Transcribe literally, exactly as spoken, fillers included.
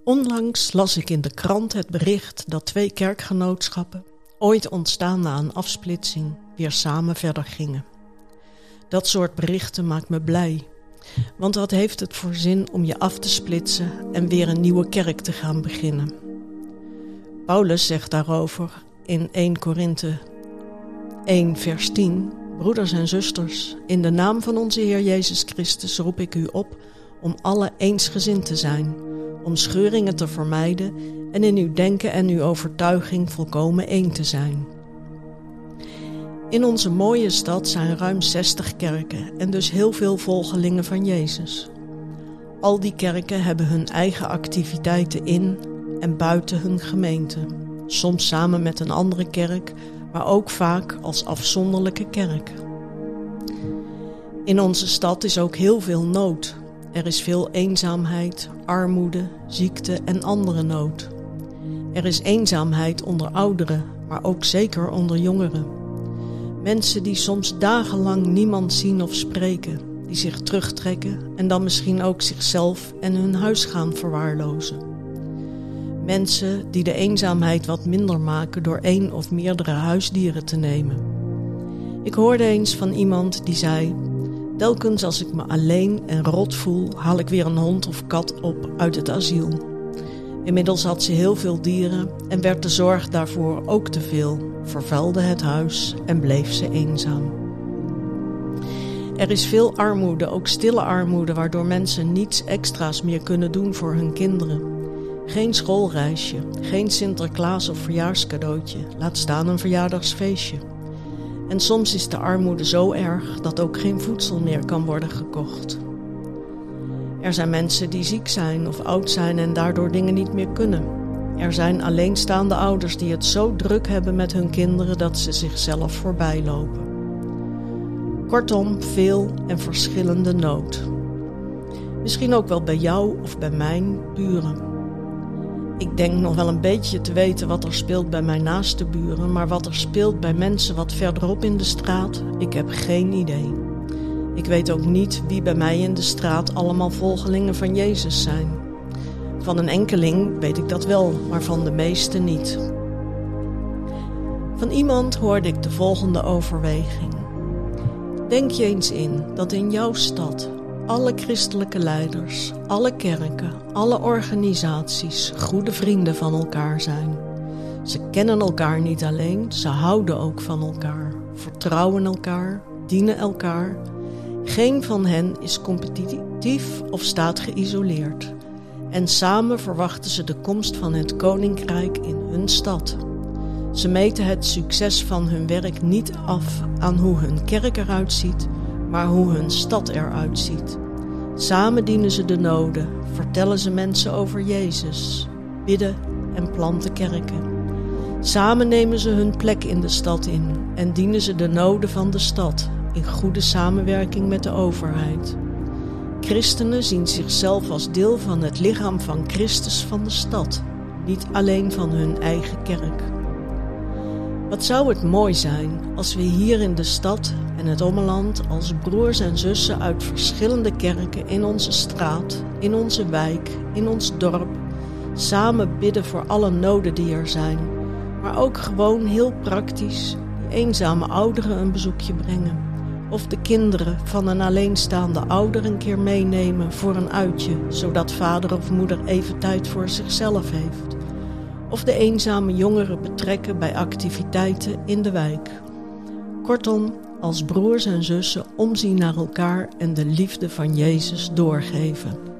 Onlangs las ik in de krant het bericht dat twee kerkgenootschappen, ooit ontstaan na een afsplitsing, weer samen verder gingen. Dat soort berichten maakt me blij, want wat heeft het voor zin om je af te splitsen en weer een nieuwe kerk te gaan beginnen? Paulus zegt daarover in eerste Korinthe één vers tien... Broeders en zusters, in de naam van onze Heer Jezus Christus roep ik u op om alle eensgezind te zijn, om scheuringen te vermijden en in uw denken en uw overtuiging volkomen één te zijn. In onze mooie stad zijn ruim zestig kerken en dus heel veel volgelingen van Jezus. Al die kerken hebben hun eigen activiteiten in en buiten hun gemeente, soms samen met een andere kerk, maar ook vaak als afzonderlijke kerk. In onze stad is ook heel veel nood. Er is veel eenzaamheid, armoede, ziekte en andere nood. Er is eenzaamheid onder ouderen, maar ook zeker onder jongeren. Mensen die soms dagenlang niemand zien of spreken, die zich terugtrekken en dan misschien ook zichzelf en hun huis gaan verwaarlozen. Mensen die de eenzaamheid wat minder maken door één of meerdere huisdieren te nemen. Ik hoorde eens van iemand die zei: telkens als ik me alleen en rot voel, haal ik weer een hond of kat op uit het asiel. Inmiddels had ze heel veel dieren en werd de zorg daarvoor ook te veel, vervuilde het huis en bleef ze eenzaam. Er is veel armoede, ook stille armoede, waardoor mensen niets extra's meer kunnen doen voor hun kinderen. Geen schoolreisje, geen Sinterklaas of verjaarscadeautje, laat staan een verjaardagsfeestje. En soms is de armoede zo erg dat ook geen voedsel meer kan worden gekocht. Er zijn mensen die ziek zijn of oud zijn en daardoor dingen niet meer kunnen. Er zijn alleenstaande ouders die het zo druk hebben met hun kinderen dat ze zichzelf voorbij lopen. Kortom, veel en verschillende nood. Misschien ook wel bij jou of bij mijn buren. Ik denk nog wel een beetje te weten wat er speelt bij mijn naaste buren, maar wat er speelt bij mensen wat verderop in de straat, ik heb geen idee. Ik weet ook niet wie bij mij in de straat allemaal volgelingen van Jezus zijn. Van een enkeling weet ik dat wel, maar van de meeste niet. Van iemand hoorde ik de volgende overweging. Denk je eens in dat in jouw stad alle christelijke leiders, alle kerken, alle organisaties goede vrienden van elkaar zijn. Ze kennen elkaar niet alleen, ze houden ook van elkaar, vertrouwen elkaar, dienen elkaar. Geen van hen is competitief of staat geïsoleerd. En samen verwachten ze de komst van het koninkrijk in hun stad. Ze meten het succes van hun werk niet af aan hoe hun kerk eruit ziet, maar hoe hun stad eruit ziet. Samen dienen ze de noden, vertellen ze mensen over Jezus, bidden en planten kerken. Samen nemen ze hun plek in de stad in en dienen ze de noden van de stad, in goede samenwerking met de overheid. Christenen zien zichzelf als deel van het lichaam van Christus van de stad, niet alleen van hun eigen kerk. Wat zou het mooi zijn als we hier in de stad en het ommeland als broers en zussen uit verschillende kerken in onze straat, in onze wijk, in ons dorp, samen bidden voor alle noden die er zijn, maar ook gewoon heel praktisch die eenzame ouderen een bezoekje brengen, of de kinderen van een alleenstaande ouder een keer meenemen voor een uitje, zodat vader of moeder even tijd voor zichzelf heeft. Of de eenzame jongeren betrekken bij activiteiten in de wijk. Kortom, als broers en zussen omzien naar elkaar en de liefde van Jezus doorgeven.